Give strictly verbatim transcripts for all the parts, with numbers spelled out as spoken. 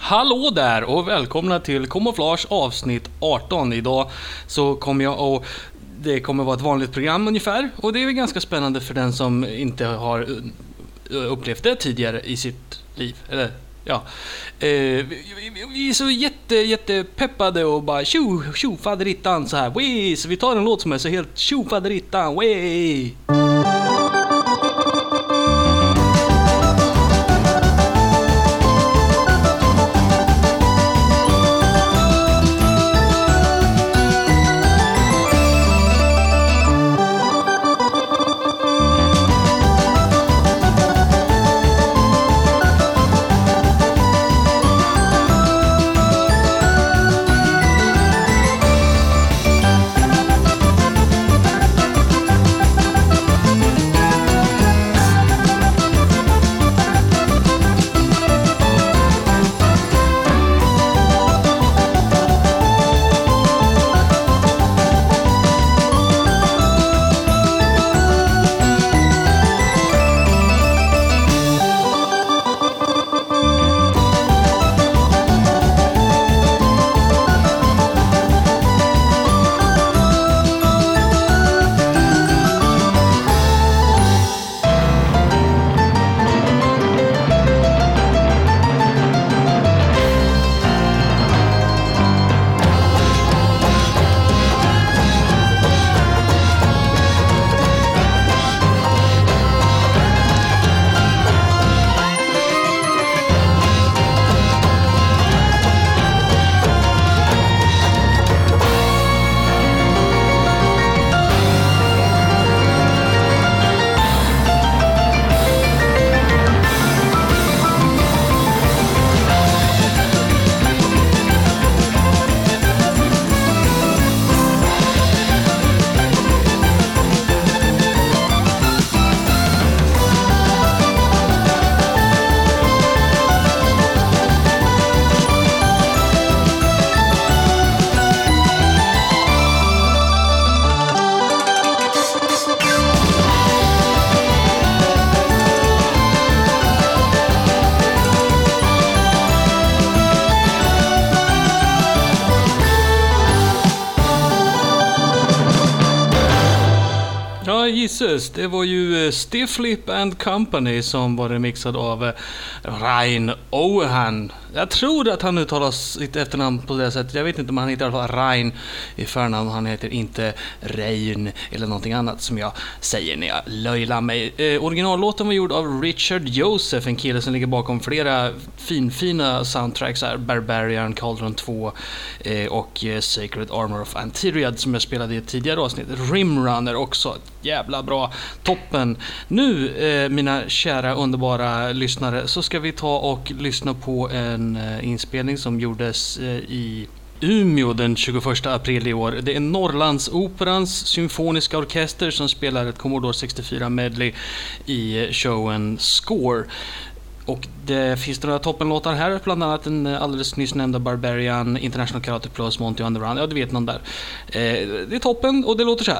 Hallå där och välkomna till Camouflage avsnitt arton. Idag så kommer jag och det kommer vara ett vanligt program ungefär. Och det är väl ganska spännande för den som inte har upplevt det tidigare i sitt liv. Eller ja, eh, vi, vi, vi är så jätte, jätte peppade och bara tjo, tjo faderittan så här. Wey! Så vi tar en låt som är så helt tjo faderittan. Wey! Jesus, det var ju Stiff Lip and Company som var remixad av Rein Ohan. Jag tror att han uttalar sitt efternamn på det sättet. Jag vet inte om han heter i alla fall Rein i förnamn. Han heter inte Rein eller någonting annat som jag säger när jag löjlar mig. Eh, originallåten var gjord av Richard Joseph, en kille som ligger bakom flera finfina soundtracks här. Barbarian, Cauldron två eh, och eh, Sacred Armor of Antyriad som jag spelade i ett tidigare avsnitt. Rimrunner också. Jävla bra. Toppen. Nu, eh, mina kära underbara lyssnare, så ska vi ta och lyssna på en eh, inspelning som gjordes eh, i Umeå den tjugoförsta april i år. Det är Norrlandsoperans symfoniska orkester som spelar ett Commodore sextiofyra medley i showen Score. Och det finns några toppenlåtar här, bland annat den alldeles nyss nämnda Barbarian, International Karate Plus, Monty on the Run. Ja, du vet någon där. Eh, det är toppen och det låter så här.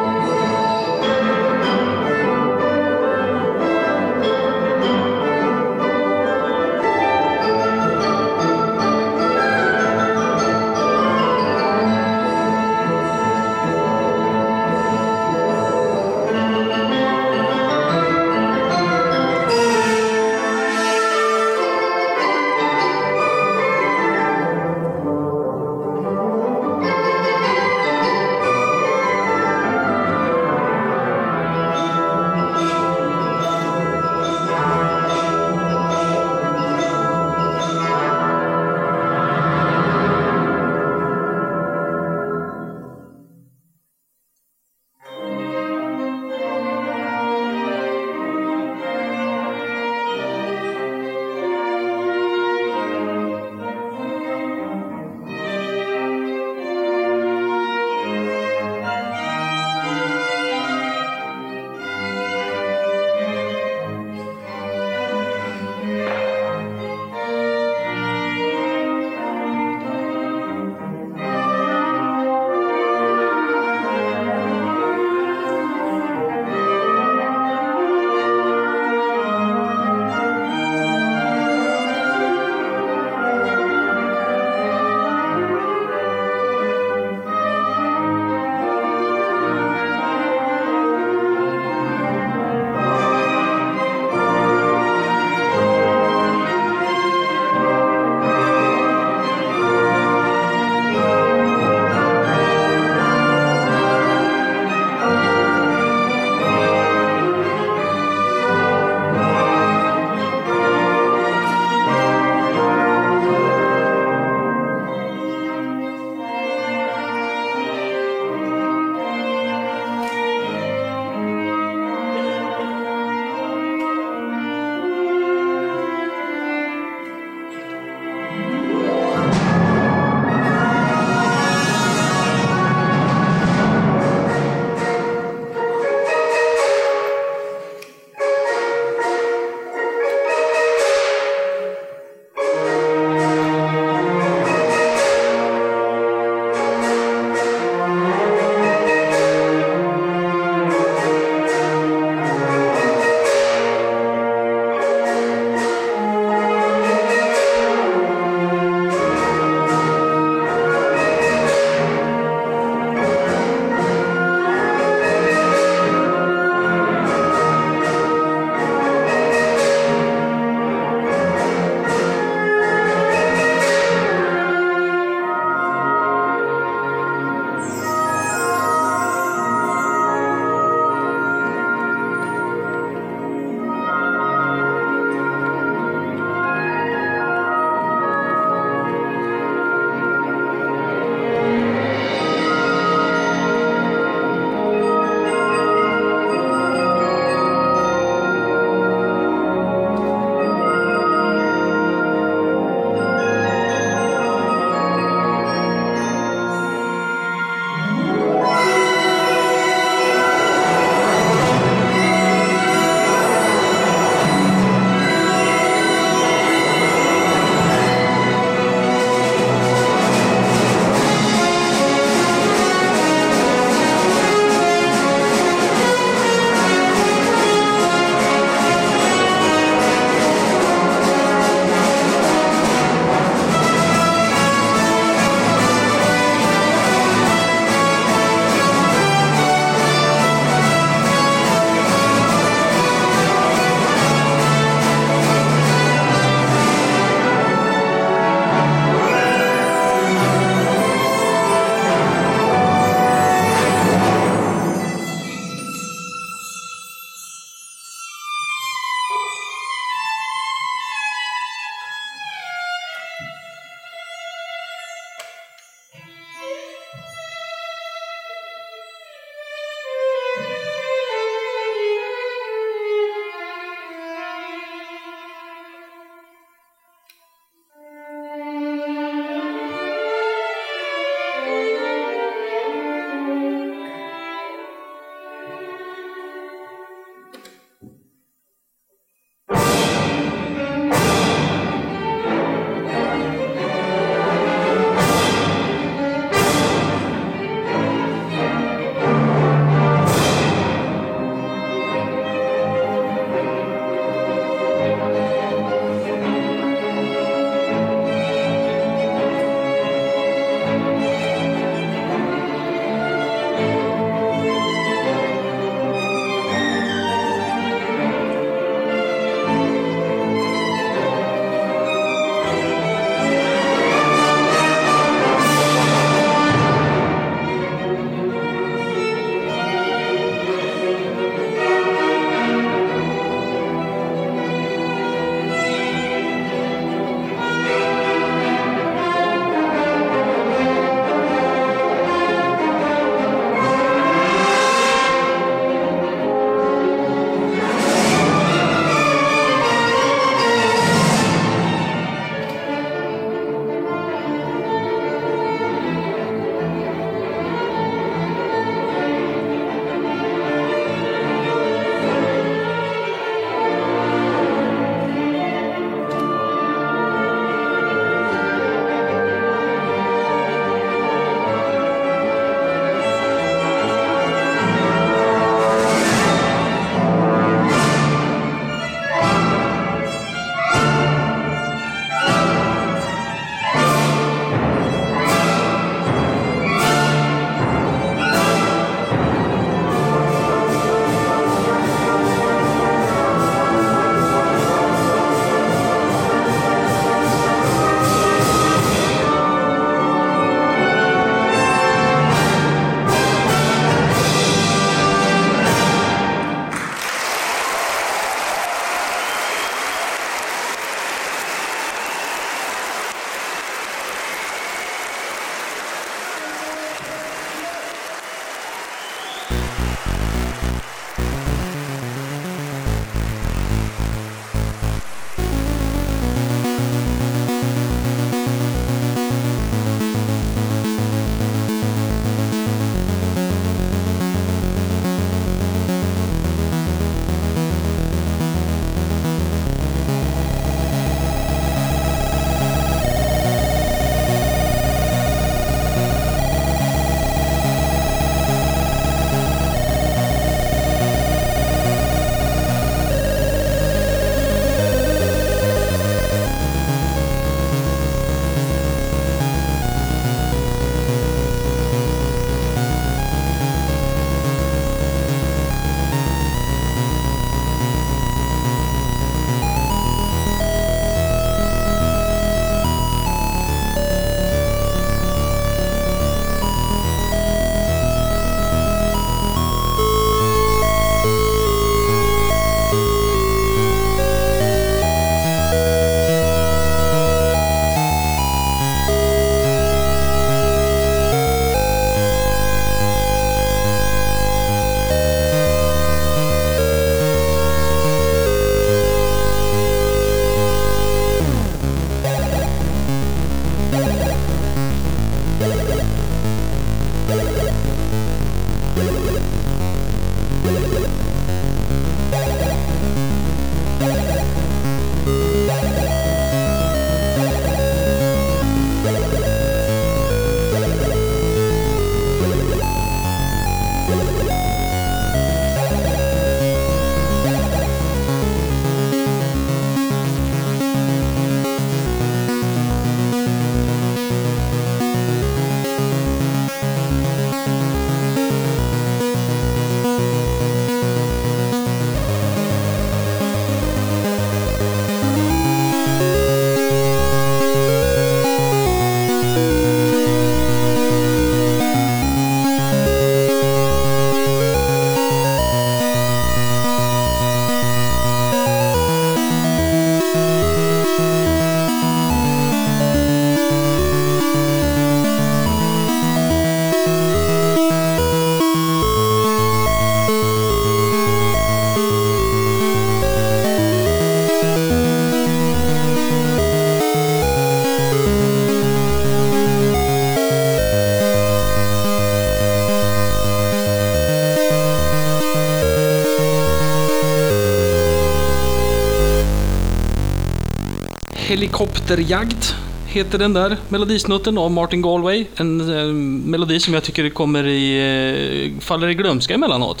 Helikopterjagd heter den där melodisnutten av Martin Galway. En eh, melodi som jag tycker kommer i, eh, faller i glömska emellanåt.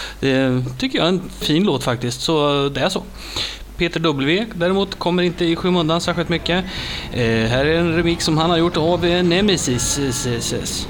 Det tycker jag är en fin låt faktiskt, så det är så. Peter W däremot kommer inte i skymundan särskilt mycket. Eh, här är en remix som han har gjort av eh, Nemesis. S S S.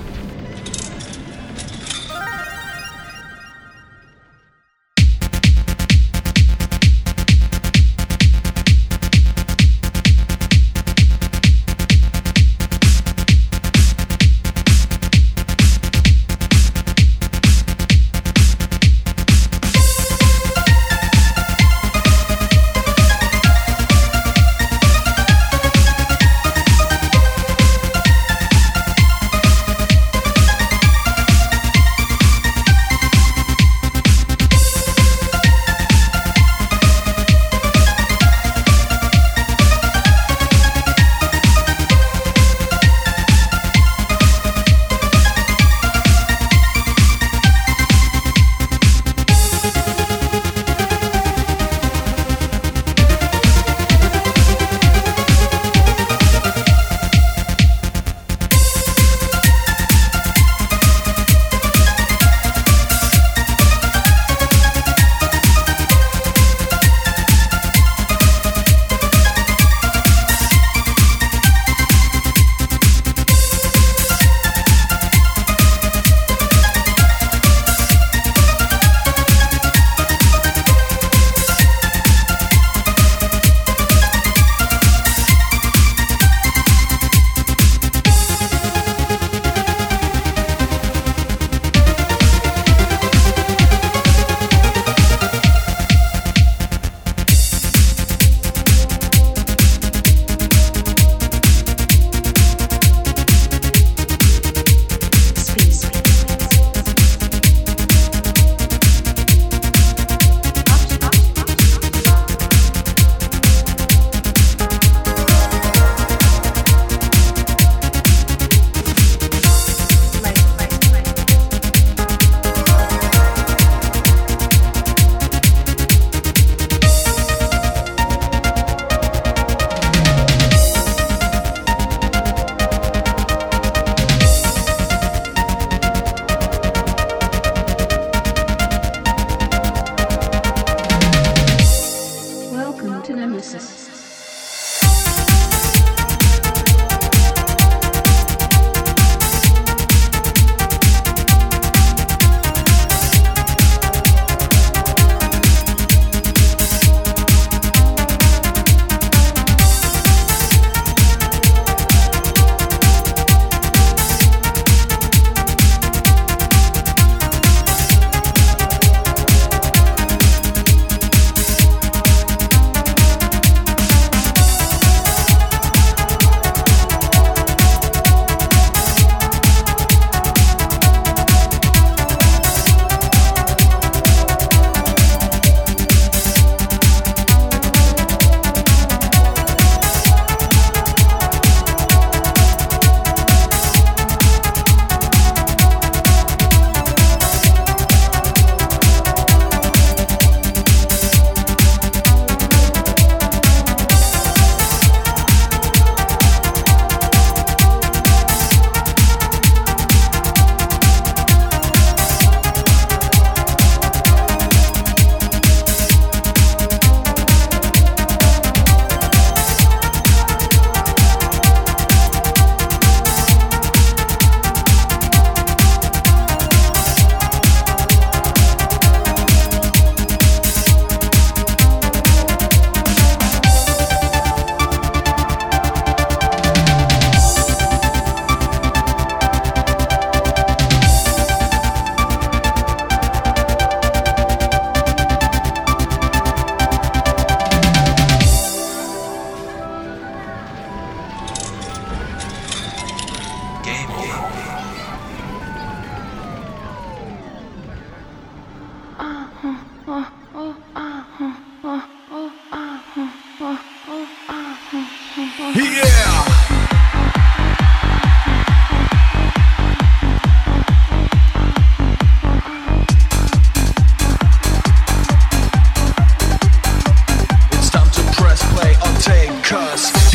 It's time to press play on Take Cause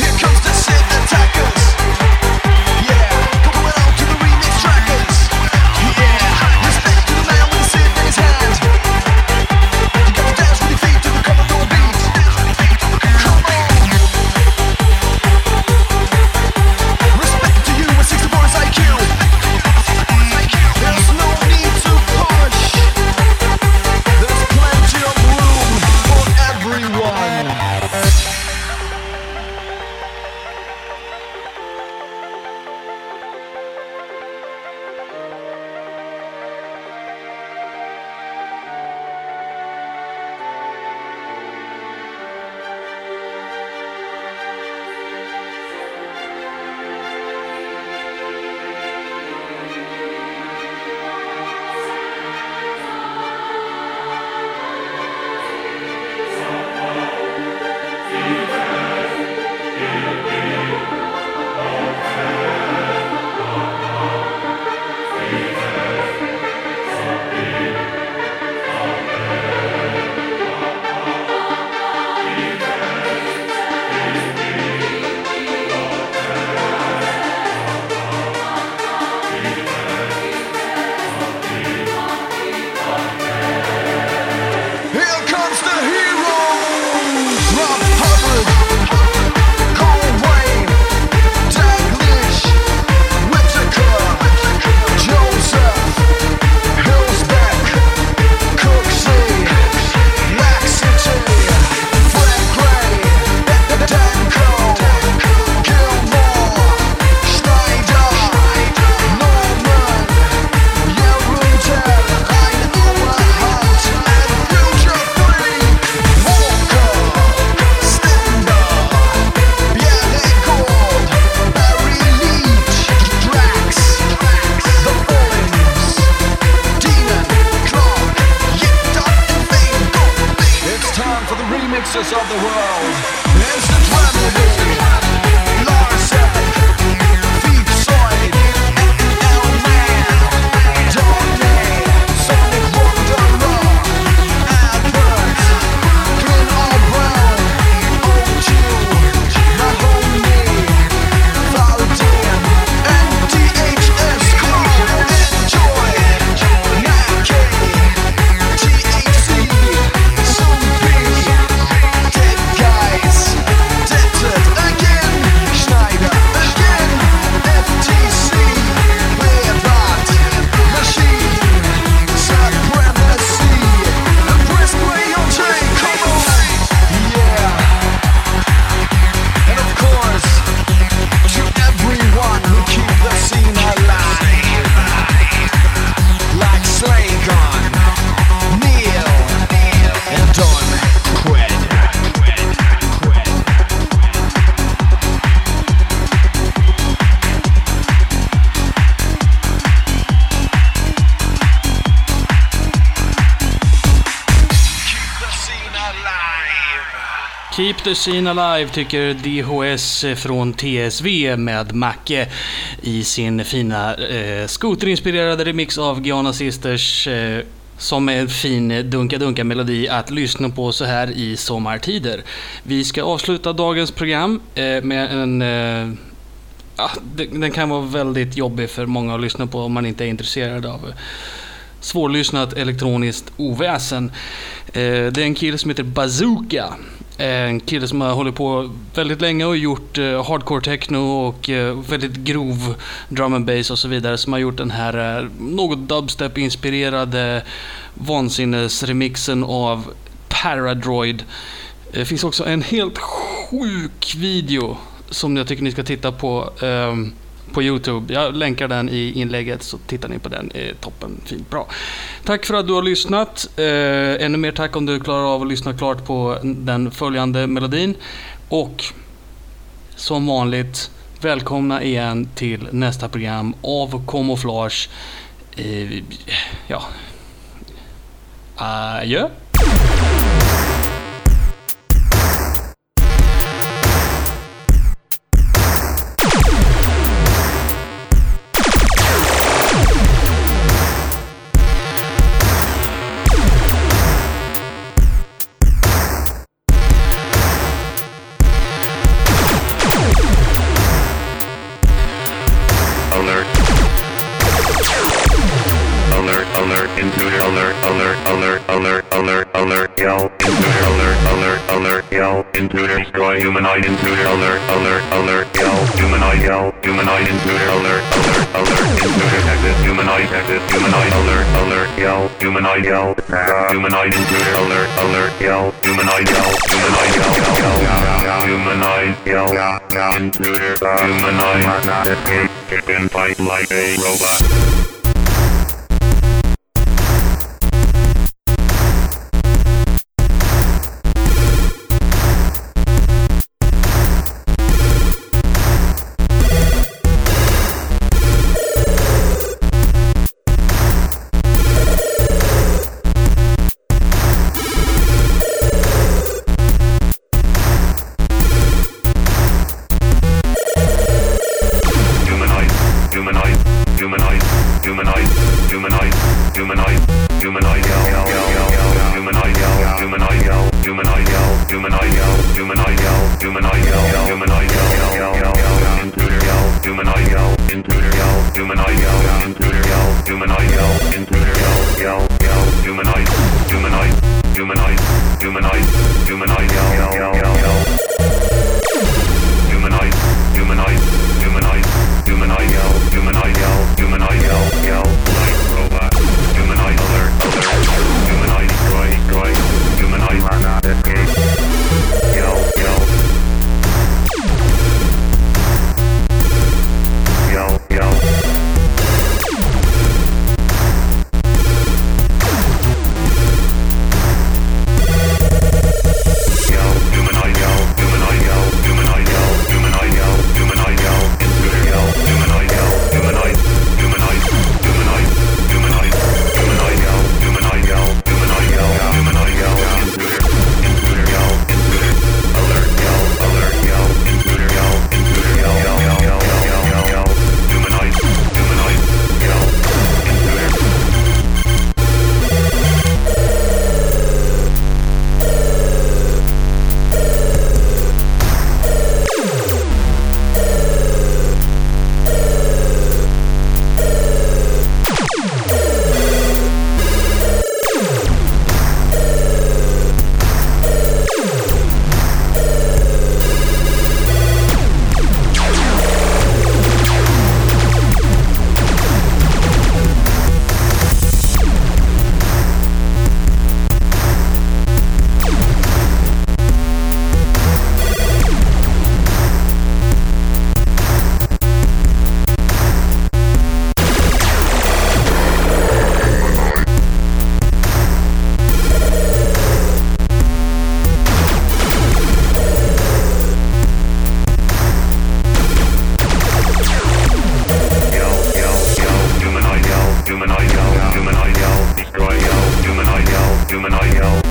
mixers of the world. Instant remedy, Larsen, Feet Soid, L-Man, Donny, Sonic Wanderer, Albert, Glenn All Brown, O Q, Mahoney, Valdin, N T H S Crew, Enjoy, Nike, T H C, Zombie, Dead Guys, Dead again, Schneider again, F T C, Bevat, Machine, Supremacy, Empress Grey on J, come on, yeah. And of course, to everyone who keep the scene alive, like Slaygon, Neil, and Don Qued. Keep the scene alive. Keep the scene alive tycker D H S från T S V med Macke i sin fina eh, skoterinspirerade remix av Giana Sisters eh, som är en fin dunka-dunka-melodi att lyssna på så här i sommartider. Vi ska avsluta dagens program eh, med en... Eh, ja, den, den kan vara väldigt jobbig för många att lyssna på om man inte är intresserad av eh, svårlyssnat elektroniskt oväsen. Eh, det är en kille som heter Bazooka. En kille som har hållit på väldigt länge och gjort eh, hardcore techno och eh, väldigt grov drum and bass och så vidare, som har gjort den här eh, något dubstep-inspirerade vansinnesremixen av Paradroid. Det finns också en helt sjuk video som jag tycker ni ska titta på eh, på YouTube. Jag länkar den i inlägget så tittar ni på den. Är toppen, fint, bra. Tack för att du har lyssnat. Eh, ännu mer tack om du klarar av att lyssna klart på den följande melodin. Och som vanligt, välkomna igen till nästa program av Camouflage. Eh, ja. Adjö. Intruder alert, alert, alert, alert, alert, alert, yell, intruder alert, alert, alert, yell, intruder destroy humanoid, intruder alert, alert, alert, yell, humanoid, yell, humanoid, intruder alert, alert, alert, intruder exit, humanoid, exit, humanoid, alert, alert, yell, humanoid, yell, humanoid, intruder alert, alert, yell, humanoid, yell, humanoid, yell, humanoid, yell, intruder, humanoid, escape, kick and fight like a robot. Humanoid,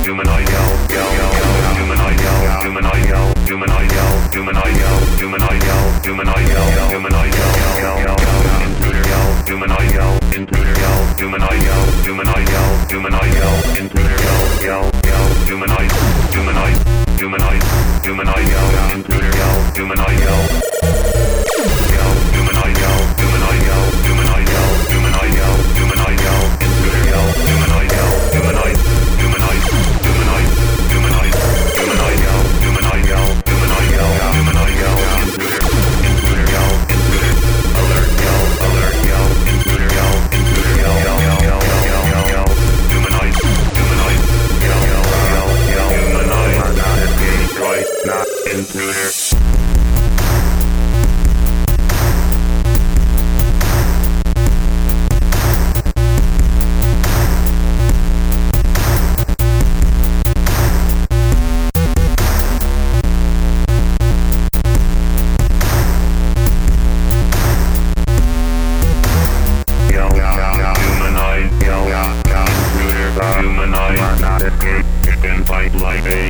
humanoid, yo, yo, yo, humanoid, yo, humanoid, yo, humanoid, yo, humanoid, yo, humanoid, yo, humanoid, yo, humanoid, yo, yo, yo, intruder, yo, humanoid, yo, intruder, yo, humanoid, yo, humanoid, yo, humanoid, yo, intruder, yo, yo, yo, humanoid, humanoid, humanoid, humanoid, yo, intruder, yo, humanoid, yo, yo, humanoid, yo, humanoid, yo, humanoid, yo, humanoid, yo, humanoid, yo, intruder, yo, humanoid, yo, humanoid, humanoid, humanoid, humanoid, humanoid, yo, humanoid, yo, humanoid, yo, humanoid, yo, intruder, intruder, yo, intruder, alert, yo, alert, yo, intruder, yo, intruder, yo, yo, yo, yo, yo, yo, yo, humanoid, humanoid, yo, yo, yo, yo, humanoid, not escape, right, not intruder. Humanoid, not escape, you can fight like a